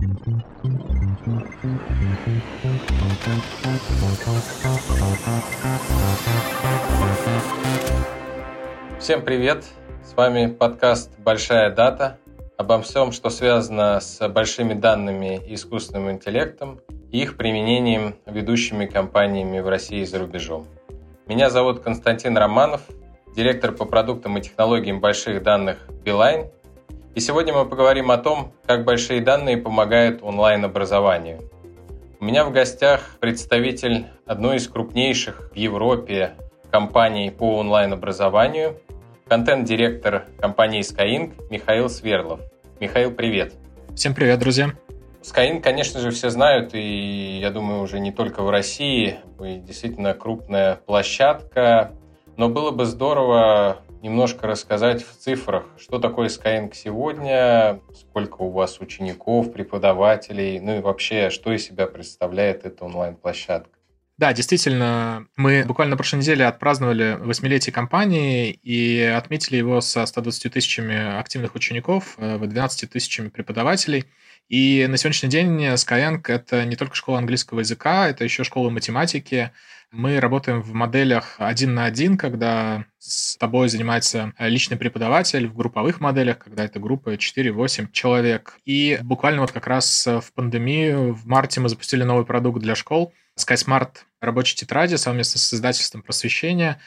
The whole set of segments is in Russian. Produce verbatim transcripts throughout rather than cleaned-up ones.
Всем привет! С вами подкаст «Большая дата» обо всем, что связано с большими данными и искусственным интеллектом и их применением ведущими компаниями в России и за рубежом. Меня зовут Константин Романов, директор по продуктам и технологиям больших данных Beeline. И сегодня мы поговорим о том, как большие данные помогают онлайн-образованию. У меня в гостях представитель одной из крупнейших в Европе компаний по онлайн-образованию, контент-директор компании Skyeng Михаил Сверлов. Михаил, привет. Всем привет, друзья. Skyeng, конечно же, все знают, и я думаю, уже не только в России. Вы действительно крупная площадка, но было бы здорово немножко рассказать в цифрах, что такое Skyeng сегодня, сколько у вас учеников, преподавателей, ну и вообще, что из себя представляет эта онлайн-площадка. Да, действительно, мы буквально на прошлой неделе отпраздновали восьмилетие компании и отметили его со ста двадцатью тысячами активных учеников, двенадцатью тысячами преподавателей. И на сегодняшний день Skyeng — это не только школа английского языка, это еще школа математики. Мы работаем в моделях один на один, когда с тобой занимается личный преподаватель, в групповых моделях, когда это группа четыре-восемь человек. И буквально вот как раз в пандемию в марте мы запустили новый продукт для школ SkySmart рабочие тетради совместно с издательством «Просвещение».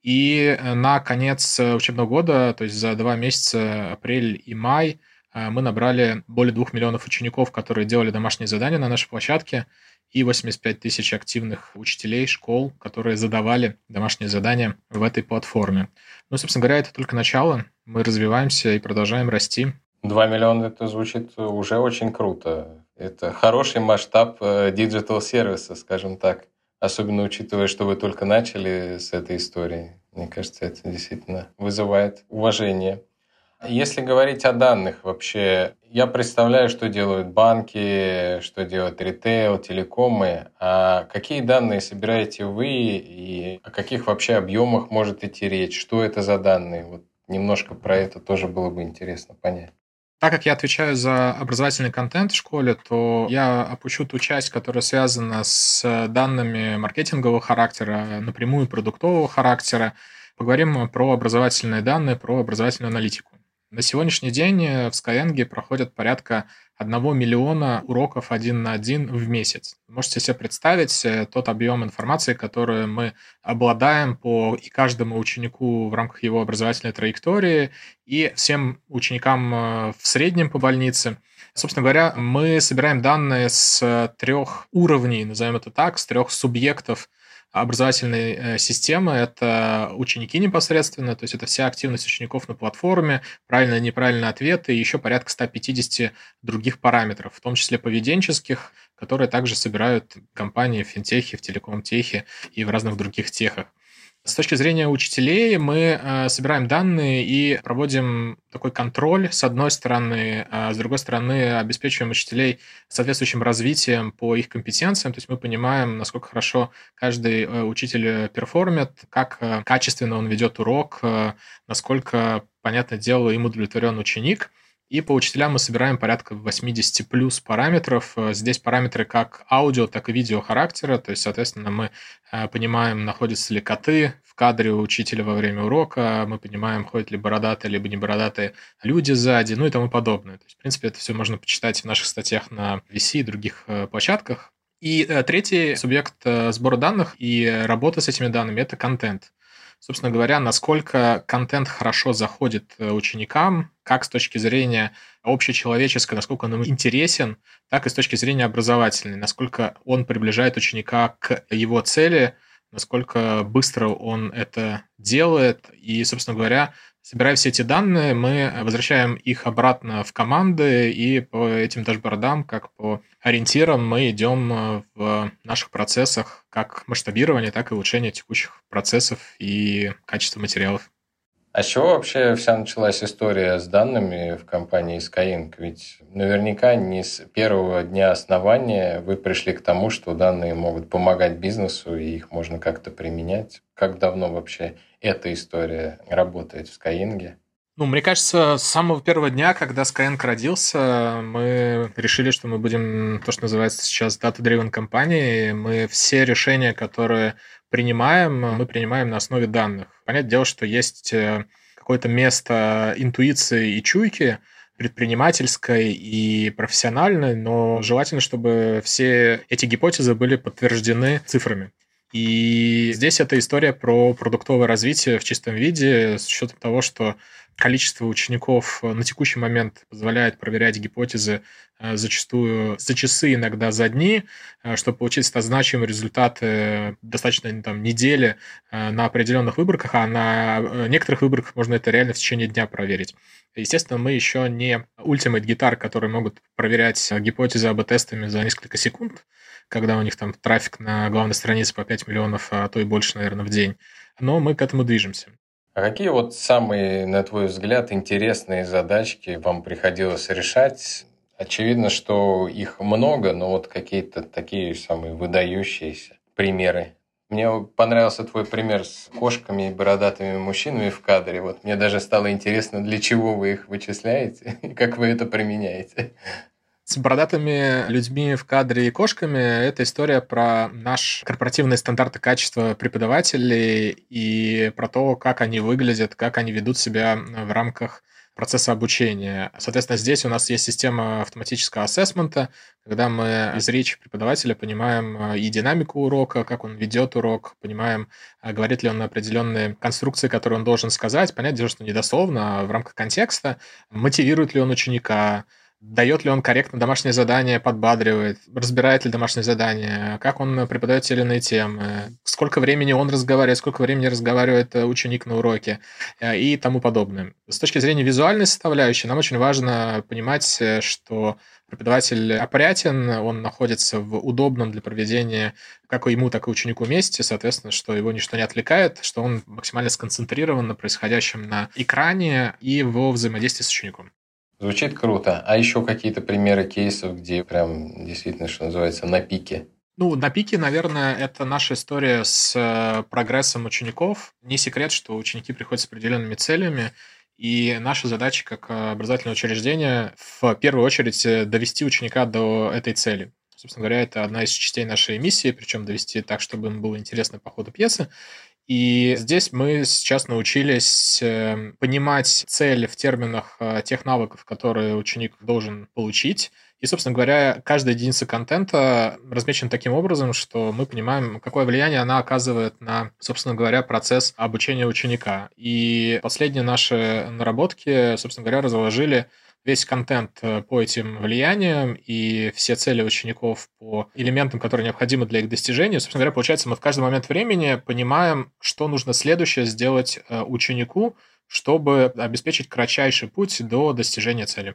И на конец учебного года, то есть за два месяца, апрель и май, мы набрали более двух миллионов учеников, которые делали домашние задания на нашей площадке, и восемьдесят пять тысяч активных учителей школ, которые задавали домашние задания в этой платформе. Ну, собственно говоря, это только начало. Мы развиваемся и продолжаем расти. Два миллиона – это звучит уже очень круто. Это хороший масштаб диджитал-сервиса, скажем так. Особенно учитывая, что вы только начали с этой истории. Мне кажется, это действительно вызывает уважение. Если говорить о данных вообще, я представляю, что делают банки, что делают ритейл, телекомы. А какие данные собираете вы и о каких вообще объемах может идти речь? Что это за данные? Вот немножко про это тоже было бы интересно понять. Так как я отвечаю за образовательный контент в школе, то я опущу ту часть, которая связана с данными маркетингового характера, напрямую продуктового характера. Поговорим про образовательные данные, про образовательную аналитику. На сегодняшний день в Skyeng проходят порядка одного миллиона уроков один на один в месяц. Можете себе представить тот объем информации, которую мы обладаем по и каждому ученику в рамках его образовательной траектории, и всем ученикам в среднем по больнице. Собственно говоря, мы собираем данные с трех уровней, назовем это так, с трех субъектов образовательной системы. Это ученики непосредственно, то есть это вся активность учеников на платформе, правильные и неправильные ответы, и еще порядка ста пятидесяти других параметров, в том числе поведенческих, которые также собирают компании в финтехе, в телеком-техе и в разных других техах. С точки зрения учителей мы э, собираем данные и проводим такой контроль, с одной стороны, а с другой стороны обеспечиваем учителей соответствующим развитием по их компетенциям, то есть мы понимаем, насколько хорошо каждый э, учитель перформит, как э, качественно он ведет урок, э, насколько, понятное дело, им удовлетворен ученик. И по учителям мы собираем порядка восемьдесят плюс параметров. Здесь параметры как аудио, так и видео характера. То есть, соответственно, мы понимаем, находятся ли коты в кадре у учителя во время урока, мы понимаем, ходят ли бородатые, либо не бородатые люди сзади, ну и тому подобное. То есть, в принципе, это все можно почитать в наших статьях на ви си и других площадках. И третий субъект сбора данных и работы с этими данными – это контент. Собственно говоря, насколько контент хорошо заходит ученикам, как с точки зрения общечеловеческой, насколько он им интересен, так и с точки зрения образовательной, насколько он приближает ученика к его цели, насколько быстро он это делает. И, собственно говоря, собирая все эти данные, мы возвращаем их обратно в команды, и по этим дашбордам, как по ориентирам, мы идем в наших процессах как масштабирование, так и улучшение текущих процессов и качества материалов. А с чего вообще вся началась история с данными в компании Skyeng? Ведь наверняка не с первого дня основания вы пришли к тому, что данные могут помогать бизнесу, и их можно как-то применять. Как давно вообще эта история работает в Skyeng? Ну, мне кажется, с самого первого дня, когда Skyeng родился, мы решили, что мы будем то, что называется сейчас data-driven компанией. Мы все решения, которые принимаем, мы принимаем на основе данных. Понятное дело, что есть э, какое-то место интуиции и чуйки, предпринимательской и профессиональной, но желательно, чтобы все эти гипотезы были подтверждены цифрами. И здесь эта история про продуктовое развитие в чистом виде, с учетом того, что количество учеников на текущий момент позволяет проверять гипотезы э, зачастую за часы, иногда за дни, э, чтобы получить значимые результаты достаточно там, недели э, на определенных выборках, а на э, некоторых выборках можно это реально в течение дня проверить. Естественно, мы еще не Ultimate Guitar, которые могут проверять гипотезы эй би тестами за несколько секунд, когда у них там трафик на главной странице по пять миллионов, а то и больше, наверное, в день. Но мы к этому движемся. А какие вот самые, на твой взгляд, интересные задачки вам приходилось решать? Очевидно, что их много, но вот какие-то такие самые выдающиеся примеры. Мне понравился твой пример с кошками и бородатыми мужчинами в кадре. Вот мне даже стало интересно, для чего вы их вычисляете и как вы это применяете. С бородатыми людьми в кадре и кошками это история про наш корпоративные стандарты качества преподавателей и про то, как они выглядят, как они ведут себя в рамках процесса обучения. Соответственно, здесь у нас есть система автоматического ассессмента, когда мы из речи преподавателя понимаем и динамику урока, как он ведет урок, понимаем, говорит ли он на определенные конструкции, которые он должен сказать. Понятное дело, что не дословно, а в рамках контекста. Мотивирует ли он ученика, дает ли он корректно домашнее задание, подбадривает, разбирает ли домашнее задание, как он преподает те или иные темы, сколько времени он разговаривает, сколько времени разговаривает ученик на уроке и тому подобное. С точки зрения визуальной составляющей нам очень важно понимать, что преподаватель опрятен, он находится в удобном для проведения как и ему, так и ученику месте, соответственно, что его ничто не отвлекает, что он максимально сконцентрирован на происходящем на экране и во взаимодействии с учеником. Звучит круто. А еще какие-то примеры кейсов, где прям действительно, что называется, на пике? Ну, на пике, наверное, это наша история с прогрессом учеников. Не секрет, что ученики приходят с определенными целями, и наша задача как образовательное учреждение в первую очередь довести ученика до этой цели. Собственно говоря, это одна из частей нашей миссии, причем довести так, чтобы им было интересно по ходу пьесы. И здесь мы сейчас научились понимать цель в терминах тех навыков, которые ученик должен получить. И, собственно говоря, каждая единица контента размечена таким образом, что мы понимаем, какое влияние она оказывает на, собственно говоря, процесс обучения ученика. И последние наши наработки, собственно говоря, разложили весь контент по этим влияниям и все цели учеников по элементам, которые необходимы для их достижения. Собственно говоря, получается, мы в каждый момент времени понимаем, что нужно следующее сделать ученику, чтобы обеспечить кратчайший путь до достижения цели.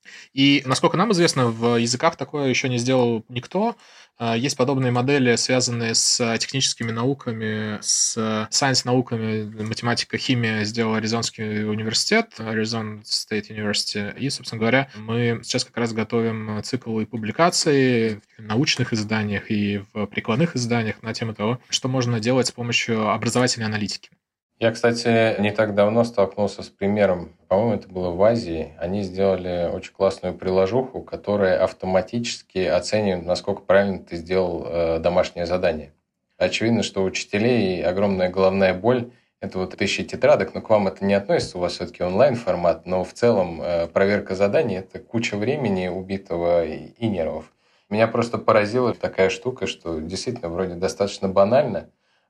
И, насколько нам известно, в языках такое еще не сделал никто. Есть подобные модели, связанные с техническими науками, с сайенс-науками, математика, химия сделал Аризонский университет, Arizona State University. И, собственно говоря, мы сейчас как раз готовим цикл и публикаций в научных изданиях и в прикладных изданиях на тему того, что можно делать с помощью образовательной аналитики. Я, кстати, не так давно столкнулся с примером, по-моему, это было в Азии. Они сделали очень классную приложуху, которая автоматически оценивает, насколько правильно ты сделал э, домашнее задание. Очевидно, что у учителей огромная головная боль – это вот тысячи тетрадок, но к вам это не относится, у вас все-таки онлайн-формат, но в целом э, проверка заданий – это куча времени убитого и, и нервов. Меня просто поразила такая штука, что действительно вроде достаточно банально,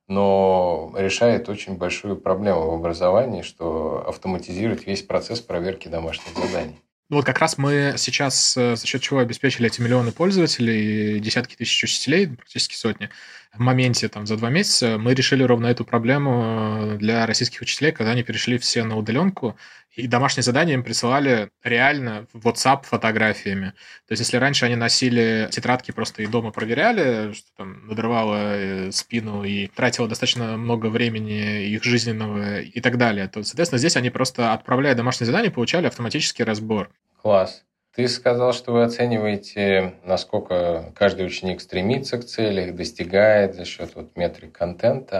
но решает очень большую проблему в образовании, что автоматизирует весь процесс проверки домашних заданий. Ну вот как раз мы сейчас за счет чего обеспечили эти миллионы пользователей, десятки тысяч учителей, практически сотни, в моменте там, за два месяца мы решили ровно эту проблему для российских учителей, когда они перешли все на удаленку, и домашние задания им присылали реально в WhatsApp фотографиями. То есть если раньше они носили тетрадки просто и дома проверяли, что там надрывало спину и тратило достаточно много времени их жизненного и так далее, то, соответственно, здесь они просто, отправляя домашние задания, получали автоматический разбор. Класс. Ты сказал, что вы оцениваете, насколько каждый ученик стремится к цели, их достигает за счет вот метрик контента.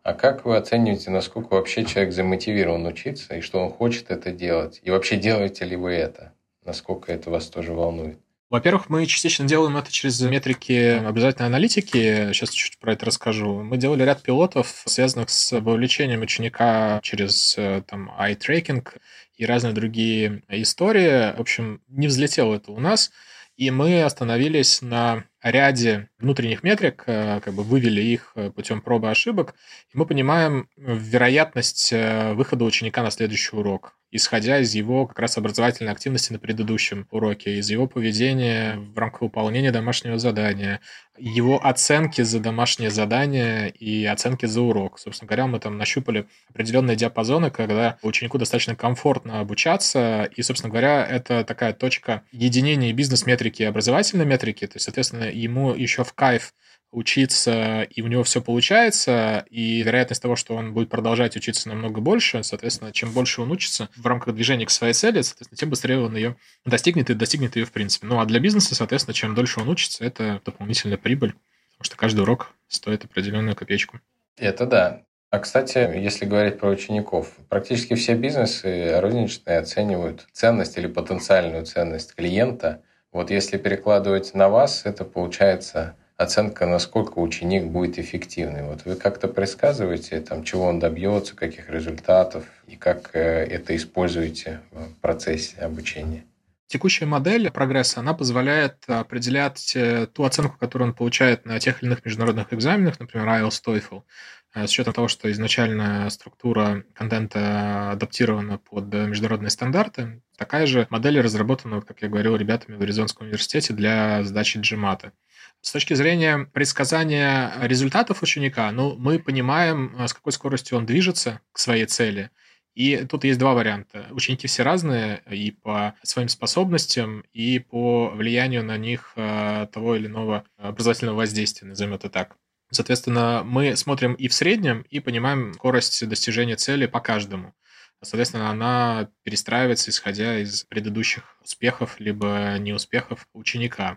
А как вы оцениваете, насколько вообще человек замотивирован учиться и что он хочет это делать? И вообще делаете ли вы это? Насколько это вас тоже волнует? Во-первых, мы частично делаем это через метрики образовательной аналитики. Сейчас чуть-чуть про это расскажу. Мы делали ряд пилотов, связанных с вовлечением ученика через там eye-tracking и разные другие истории. В общем, не взлетело это у нас. И мы остановились на ряде внутренних метрик, как бы вывели их путем пробы и ошибок, и мы понимаем вероятность выхода ученика на следующий урок, исходя из его как раз образовательной активности на предыдущем уроке, из его поведения в рамках выполнения домашнего задания, его оценки за домашнее задание и оценки за урок. Собственно говоря, мы там нащупали определенные диапазоны, когда ученику достаточно комфортно обучаться, и, собственно говоря, это такая точка единения бизнес-метрики и образовательной метрики, то есть, соответственно, ему еще в кайф учиться, и у него все получается, и вероятность того, что он будет продолжать учиться, намного больше. Соответственно, чем больше он учится в рамках движения к своей цели, соответственно, тем быстрее он ее достигнет и достигнет ее в принципе. Ну, а для бизнеса, соответственно, чем дольше он учится, это дополнительная прибыль, потому что каждый урок стоит определенную копеечку. Это да. А, кстати, если говорить про учеников, практически все бизнесы розничные оценивают ценность или потенциальную ценность клиента. Вот если перекладывать на вас, это получается оценка, насколько ученик будет эффективный. Вот вы как-то предсказываете, там, чего он добьется, каких результатов, и как это используете в процессе обучения? Текущая модель прогресса, она позволяет определять ту оценку, которую он получает на тех или иных международных экзаменах, например, ай эл ти эс, TOEFL, с учетом того, что изначально структура контента адаптирована под международные стандарты. Такая же модель разработана, как я говорил, ребятами в Аризонском университете для сдачи джимата. С точки зрения предсказания результатов ученика, ну, мы понимаем, с какой скоростью он движется к своей цели. И тут есть два варианта. Ученики все разные и по своим способностям, и по влиянию на них того или иного образовательного воздействия, назовем это так. Соответственно, мы смотрим и в среднем, и понимаем скорость достижения цели по каждому. Соответственно, она перестраивается, исходя из предыдущих успехов либо неуспехов ученика.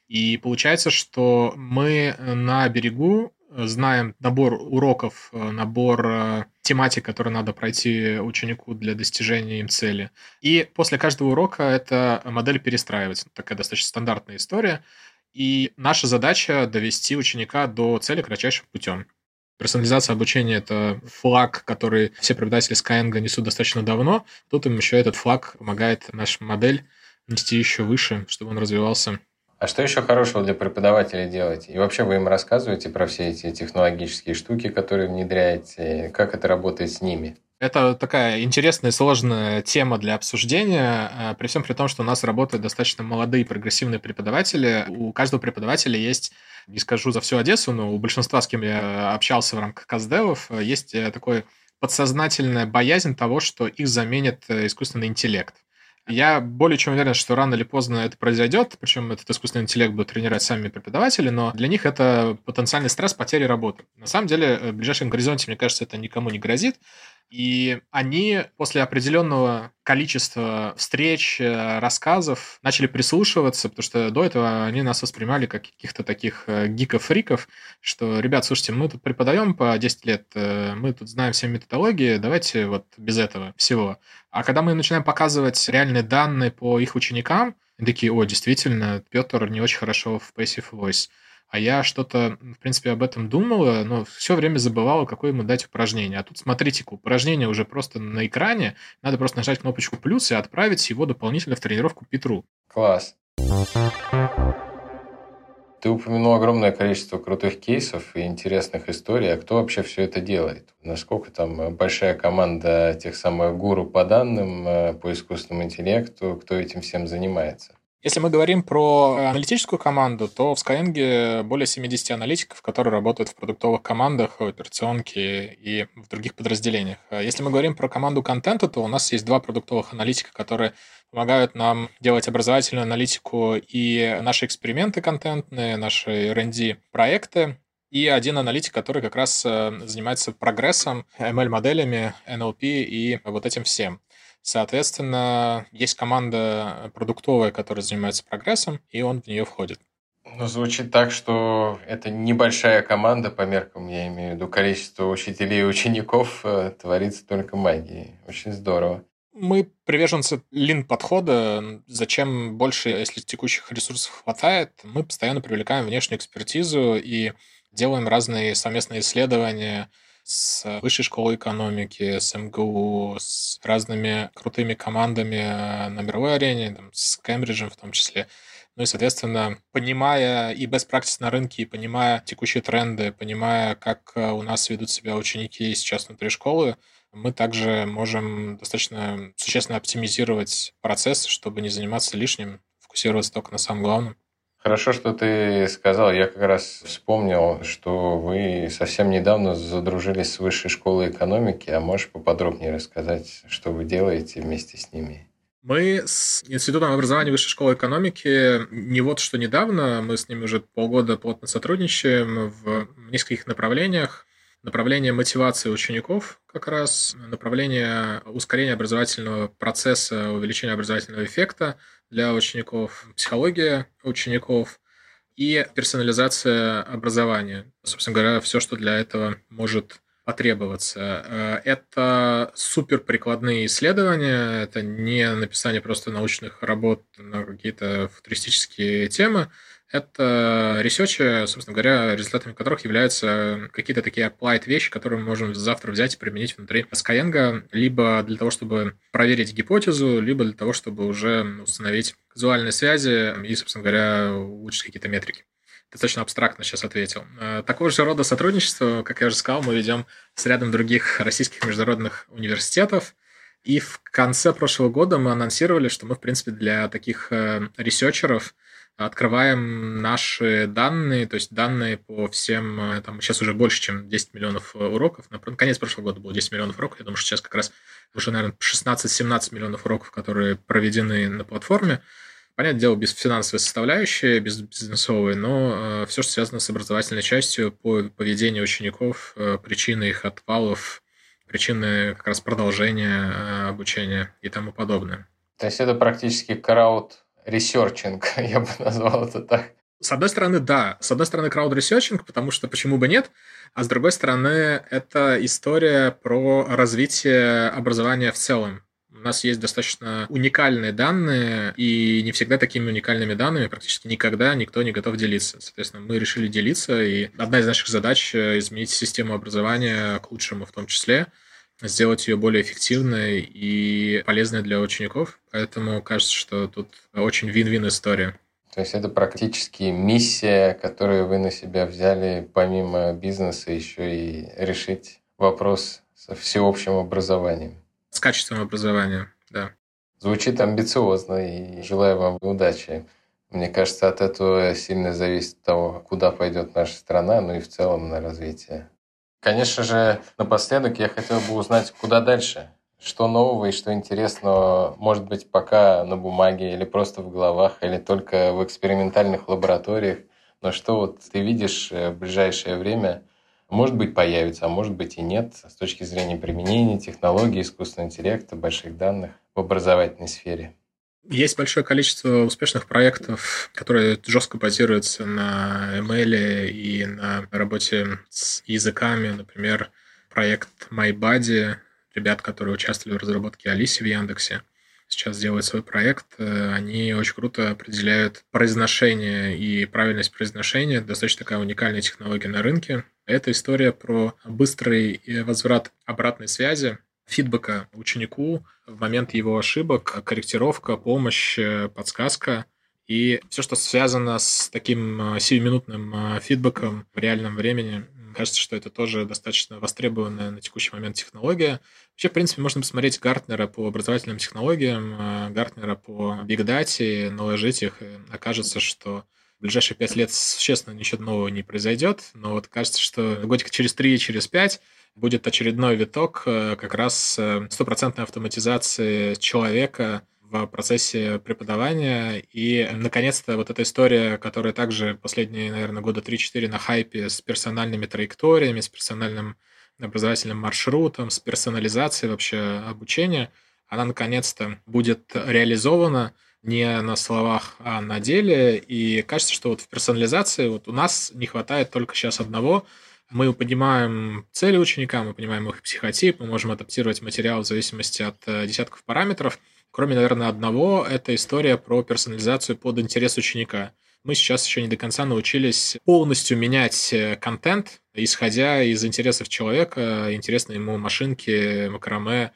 И получается, что мы на берегу знаем набор уроков, набор тематик, которые надо пройти ученику для достижения им цели. И после каждого урока эта модель перестраивается. Такая достаточно стандартная история. И наша задача довести ученика до цели кратчайшим путем. Персонализация обучения – это флаг, который все преподаватели Skyeng несут достаточно давно. Тут им еще этот флаг помогает наша модель нести еще выше, чтобы он развивался. А что еще хорошего для преподавателей делать? И вообще вы им рассказываете про все эти технологические штуки, которые внедряете? Как это работает с ними? Это такая интересная и сложная тема для обсуждения, при всем при том, что у нас работают достаточно молодые прогрессивные преподаватели. У каждого преподавателя есть, не скажу за всю Одессу, но у большинства, с кем я общался в рамках каздевов, есть такой подсознательная боязнь того, что их заменит искусственный интеллект. Я более чем уверен, что рано или поздно это произойдет, причем этот искусственный интеллект будут тренировать сами преподаватели, но для них это потенциальный стресс потери работы. На самом деле, в ближайшем горизонте, мне кажется, это никому не грозит. И они после определенного количества встреч, рассказов начали прислушиваться, потому что до этого они нас воспринимали как каких-то таких гиков-фриков, что, ребят, слушайте, мы тут преподаем по десять лет, мы тут знаем все методологии, давайте вот без этого всего. А когда мы начинаем показывать реальные данные по их ученикам, они такие: о, действительно, Петр не очень хорошо в Passive Voice. А я что-то, в принципе, об этом думала, но все время забывала, какое ему дать упражнение. А тут, смотрите-ка, упражнение уже просто на экране, надо просто нажать кнопочку «плюс» и отправить его дополнительно в тренировку Петру. Класс. Ты упомянул огромное количество крутых кейсов и интересных историй. А кто вообще все это делает? Насколько там большая команда тех самых гуру по данным, по искусственному интеллекту, кто этим всем занимается? Если мы говорим про аналитическую команду, то в Skyeng более семьдесят аналитиков, которые работают в продуктовых командах, в операционке и в других подразделениях. Если мы говорим про команду контента, то у нас есть два продуктовых аналитика, которые помогают нам делать образовательную аналитику и наши эксперименты контентные, наши эр энд ди-проекты, и один аналитик, который как раз занимается прогрессом, эм эл-моделями, эн эл пи и вот этим всем. Соответственно, есть команда продуктовая, которая занимается прогрессом, и он в нее входит. Ну, звучит так, что это небольшая команда по меркам, я имею в виду количество учителей и учеников, э, творится только магии. Очень здорово. Мы приверженцы лин-подхода. Зачем больше, если текущих ресурсов хватает, мы постоянно привлекаем внешнюю экспертизу и делаем разные совместные исследования с Высшей школой экономики, с эм гэ у, с разными крутыми командами на мировой арене, там, с Кембриджем в том числе. Ну и, соответственно, понимая и best practice на рынке, и понимая текущие тренды, понимая, как у нас ведут себя ученики сейчас внутри школы, мы также можем достаточно существенно оптимизировать процессы, чтобы не заниматься лишним, фокусироваться только на самом главном. Хорошо, что ты сказал. Я как раз вспомнил, что вы совсем недавно задружились с Высшей школой экономики. А можешь поподробнее рассказать, что вы делаете вместе с ними? Мы с Институтом образования Высшей школы экономики не вот что недавно, мы с ними уже полгода плотно сотрудничаем в нескольких направлениях. Направление мотивации учеников как раз, направление ускорения образовательного процесса, увеличения образовательного эффекта для учеников, психология учеников и персонализация образования. Собственно говоря, все, что для этого может потребоваться. Это супер прикладные исследования, это не написание просто научных работ на какие-то футуристические темы, это ресерчи, собственно говоря, результатами которых являются какие-то такие applied вещи, которые мы можем завтра взять и применить внутри Skyeng, либо для того, чтобы проверить гипотезу, либо для того, чтобы уже установить казуальные связи и, собственно говоря, улучшить какие-то метрики. Достаточно абстрактно сейчас ответил. Такого же рода сотрудничество, как я уже сказал, мы ведем с рядом других российских международных университетов. И в конце прошлого года мы анонсировали, что мы, в принципе, для таких ресерчеров открываем наши данные, то есть данные по всем, там сейчас уже больше, чем десять миллионов уроков. На конец прошлого года было десять миллионов уроков. Я думаю, что сейчас как раз уже, наверное, шестнадцать-семнадцать миллионов уроков, которые проведены на платформе. Понятное дело, без финансовой составляющей, без бизнесовой, но э, все, что связано с образовательной частью по поведению учеников, э, причины их отвалов, причины как раз продолжения э, обучения и тому подобное. То есть это практически крауд-ресерчинг, я бы назвал это так. С одной стороны, да. С одной стороны, крауд-ресерчинг, потому что почему бы нет, а с другой стороны, это история про развитие образования в целом. У нас есть достаточно уникальные данные, и не всегда такими уникальными данными практически никогда никто не готов делиться. Соответственно, мы решили делиться, и одна из наших задач – изменить систему образования к лучшему в том числе, сделать ее более эффективной и полезной для учеников. Поэтому кажется, что тут очень вин-вин история. То есть это практически миссия, которую вы на себя взяли помимо бизнеса еще и решить вопрос со всеобщим образованием. С качеством образования, да. Звучит амбициозно, и желаю вам удачи. Мне кажется, от этого сильно зависит от того, куда пойдет наша страна, ну и в целом на развитие. Конечно же, напоследок я хотел бы узнать, куда дальше. Что нового и что интересного, может быть, пока на бумаге или просто в головах, или только в экспериментальных лабораториях. Но что вот ты видишь в ближайшее время, может быть, появится, а может быть и нет, с точки зрения применения технологий, искусственного интеллекта, больших данных в образовательной сфере? Есть большое количество успешных проектов, которые жестко базируются на эм эл и на работе с языками. Например, проект MyBuddy, ребят, которые участвовали в разработке Алисы в Яндексе, сейчас делают свой проект. Они очень круто определяют произношение и правильность произношения. Достаточно такая уникальная технология на рынке. Это история про быстрый возврат обратной связи, фидбэка ученику в момент его ошибок, корректировка, помощь, подсказка. И все, что связано с таким сиюминутным фидбэком в реальном времени, кажется, что это тоже достаточно востребованная на текущий момент технология. Вообще, в принципе, можно посмотреть Гартнера по образовательным технологиям, Гартнера по Big Data, наложить их, и окажется, что в ближайшие пять лет существенно ничего нового не произойдет, но вот кажется, что годика через три, через пять будет очередной виток как раз стопроцентной автоматизации человека в процессе преподавания. И, наконец-то, вот эта история, которая также последние, наверное, года три-четыре на хайпе с персональными траекториями, с персональным образовательным маршрутом, с персонализацией вообще обучения, она, наконец-то, будет реализована. не на словах, а на деле. И кажется, что вот в персонализации вот у нас не хватает только сейчас одного. Мы понимаем цели ученика, мы понимаем их психотип, мы можем адаптировать материал в зависимости от э, десятков параметров. Кроме, наверное, одного, это история про персонализацию под интерес ученика. Мы сейчас еще не до конца научились полностью менять э, контент, исходя из интересов человека, интересны ему машинки, макраме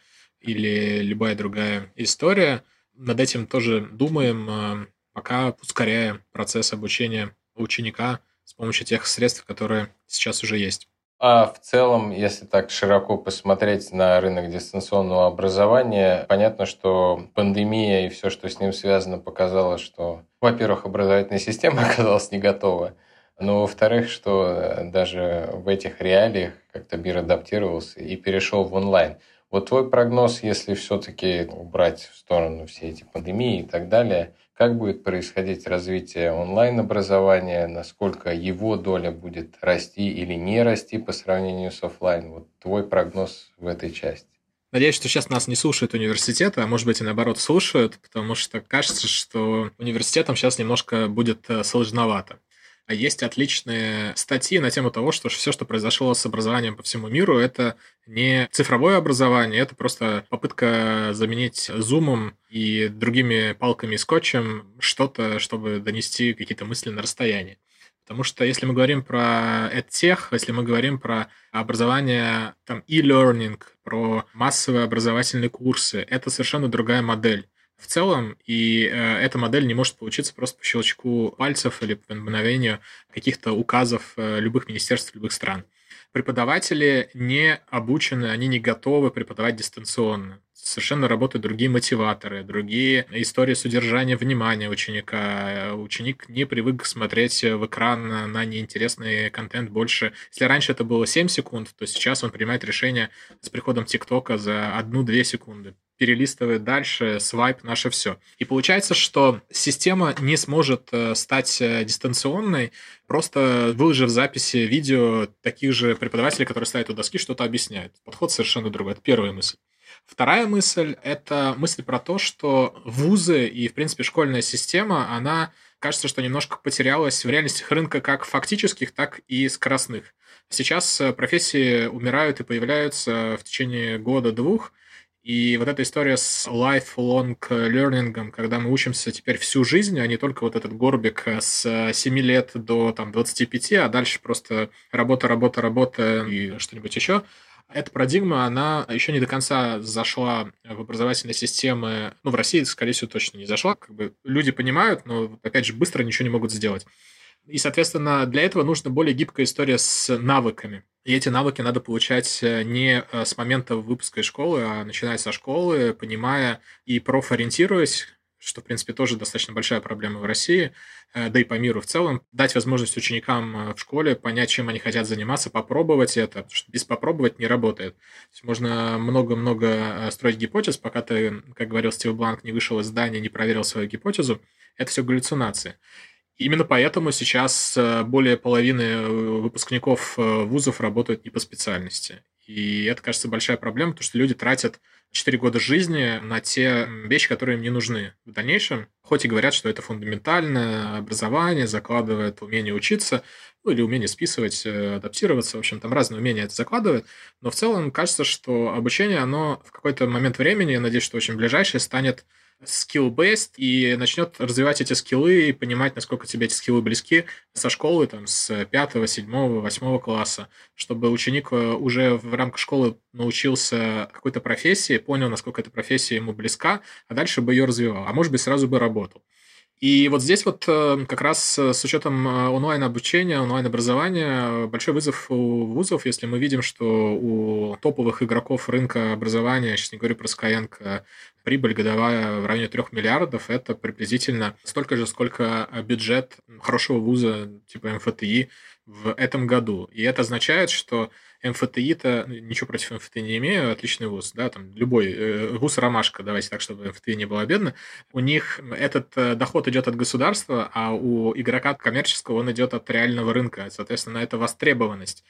или любая другая история. Над этим тоже думаем, э, пока ускоряя процесс обучения ученика с помощью тех средств, которые сейчас уже есть. А в целом, если так широко посмотреть на рынок дистанционного образования, понятно, что пандемия и все, что с ним связано, показало, что, во-первых, образовательная система оказалась не готова, но, во-вторых, что даже в этих реалиях как-то мир адаптировался и перешел в онлайн. Вот твой прогноз, если все-таки убрать в сторону все эти пандемии и так далее, как будет происходить развитие онлайн-образования, насколько его доля будет расти или не расти по сравнению с офлайн? Вот твой прогноз в этой части. Надеюсь, что сейчас нас не слушают университеты, а может быть и наоборот слушают, потому что кажется, что университетам сейчас немножко будет сложновато. А есть отличные статьи на тему того, что все, что произошло с образованием по всему миру, это не цифровое образование, это просто попытка заменить зумом и другими палками и скотчем что-то, чтобы донести какие-то мысли на расстоянии. Потому что если мы говорим про EdTech, если мы говорим про образование, там, e-learning, про массовые образовательные курсы, это совершенно другая модель в целом, и э, эта модель не может получиться просто по щелчку пальцев или по мгновению каких-то указов э, любых министерств, любых стран. Преподаватели не обучены, они не готовы преподавать дистанционно. Совершенно работают другие мотиваторы, другие истории содержания внимания ученика. Ученик не привык смотреть в экран на неинтересный контент больше. Если раньше это было семь секунд, то сейчас он принимает решение с приходом ТикТока за одну-две секунды. Перелистывает дальше, свайп, наше все. И получается, что система не сможет стать дистанционной, просто выложив записи видео таких же преподавателей, которые стоят у доски, что-то объясняют. Подход совершенно другой. Это первая мысль. Вторая мысль – это мысль про то, что вузы и, в принципе, школьная система, она, кажется, что немножко потерялась в реальностях рынка как фактических, так и скоростных. Сейчас профессии умирают и появляются в течение года-двух, и вот эта история с lifelong learning, когда мы учимся теперь всю жизнь, а не только вот этот горбик с семи лет до там, двадцати пяти, а дальше просто работа, работа, работа и что-нибудь еще. Эта парадигма, она еще не до конца зашла в образовательные системы. Ну, в России, скорее всего, точно не зашла. Как бы люди понимают, но, опять же, быстро ничего не могут сделать. И, соответственно, для этого нужна более гибкая история с навыками. И эти навыки надо получать не с момента выпуска из школы, а начиная со школы, понимая и профориентируясь, что, в принципе, тоже достаточно большая проблема в России, да и по миру в целом, дать возможность ученикам в школе понять, чем они хотят заниматься, попробовать это, потому что без попробовать не работает. То есть можно много-много строить гипотез, пока ты, как говорил Стив Бланк, не вышел из здания, не проверил свою гипотезу, это все галлюцинации. Именно поэтому сейчас более половины выпускников вузов работают не по специальности. И это, кажется, большая проблема, потому что люди тратят четыре года жизни на те вещи, которые им не нужны в дальнейшем. Хоть и говорят, что это фундаментальное образование, закладывает умение учиться, ну или умение списывать, адаптироваться. В общем, там разные умения это закладывает. Но в целом кажется, что обучение, оно в какой-то момент времени, я надеюсь, что очень ближайшее, станет skill-based и начнет развивать эти скиллы и понимать, насколько тебе эти скиллы близки со школы, там, с пятого, седьмого, восьмого класса, чтобы ученик уже в рамках школы научился какой-то профессии, понял, насколько эта профессия ему близка, а дальше бы ее развивал, а может быть, сразу бы работал. И вот здесь вот как раз с учетом онлайн-обучения, онлайн-образования большой вызов у вузов, если мы видим, что у топовых игроков рынка образования, сейчас не говорю про Skyeng, прибыль годовая в районе трех миллиардов, это приблизительно столько же, сколько бюджет хорошего вуза типа эм эф тэ и в этом году. И это означает, что эм эф тэ и-то, ничего против эм эф тэ и не имею, отличный вуз, да, там любой, э, вуз «Ромашка», давайте так, чтобы эм эф тэ и не было бедно, у них этот э, доход идет от государства, а у игрока коммерческого он идет от реального рынка, соответственно, это востребованность.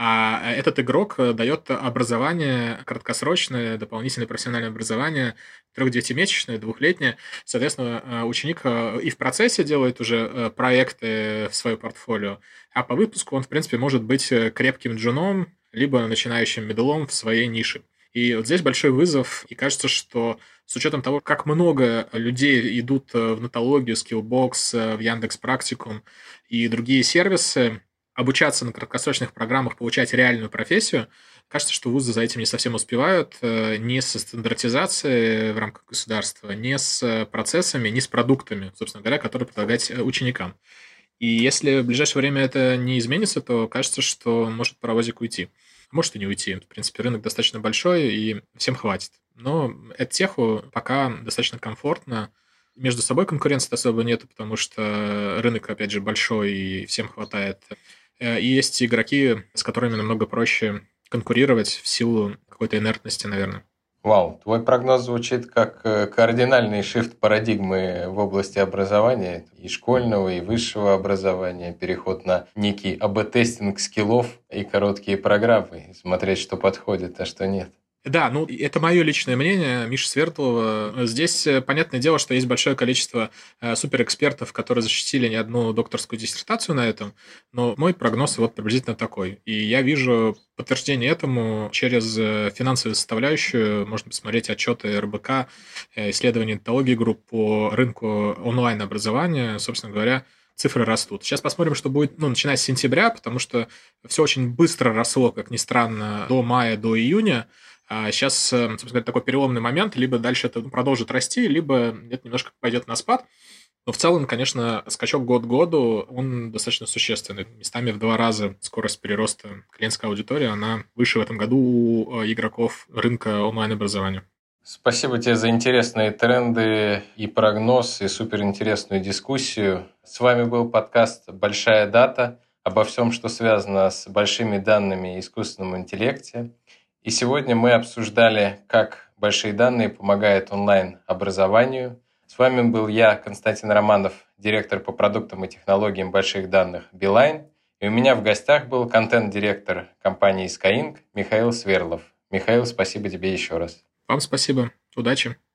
А этот игрок дает образование краткосрочное, дополнительное профессиональное образование трех-девятимесячная, двухлетняя. Соответственно, ученик и в процессе делает уже проекты в свое портфолио, а по выпуску он, в принципе, может быть крепким джуном, либо начинающим мидлом в своей нише. И вот здесь большой вызов, и кажется, что с учетом того, как много людей идут в Нотологию, Skillbox, в Яндекс.Практикум и другие сервисы, обучаться на краткосрочных программах, получать реальную профессию, кажется, что вузы за этим не совсем успевают, ни со стандартизацией в рамках государства, ни с процессами, ни с продуктами, собственно говоря, которые предлагать ученикам. И если в ближайшее время это не изменится, то кажется, что может паровозик уйти. Может и не уйти. В принципе, рынок достаточно большой, и всем хватит. Но эдтеху пока достаточно комфортно. Между собой конкуренции особо нету, потому что рынок, опять же, большой, и всем хватает. И есть игроки, с которыми намного проще конкурировать в силу какой-то инертности, наверное. Вау, твой прогноз звучит как кардинальный шифт парадигмы в области образования, и школьного, и высшего образования, переход на некий эй би-тестинг скиллов и короткие программы, смотреть, что подходит, а что нет. Да, ну это мое личное мнение, Миша Свердлова. Здесь понятное дело, что есть большое количество суперэкспертов, которые защитили не одну докторскую диссертацию на этом, но мой прогноз вот приблизительно такой. И я вижу подтверждение этому через финансовую составляющую. Можно посмотреть отчеты эр бэ ка, исследования Нотологии групп по рынку онлайн-образования, собственно говоря, цифры растут. Сейчас посмотрим, что будет, ну, начиная с сентября, потому что все очень быстро росло, как ни странно, до мая, до июня. А сейчас, собственно говоря, такой переломный момент, либо дальше это продолжит расти, либо это немножко пойдет на спад. Но в целом, конечно, скачок год к году, он достаточно существенный. Местами в два раза скорость перероста клиентской аудитории, она выше в этом году у игроков рынка онлайн-образования. Спасибо тебе за интересные тренды и прогноз, и суперинтересную дискуссию. С вами был подкаст «Большая дата» обо всем, что связано с большими данными и искусственном интеллекте. И сегодня мы обсуждали, как большие данные помогают онлайн-образованию. С вами был я, Константин Романов, директор по продуктам и технологиям больших данных Beeline. И у меня в гостях был контент-директор компании Skyeng Михаил Сверлов. Михаил, спасибо тебе еще раз. Вам спасибо. Удачи.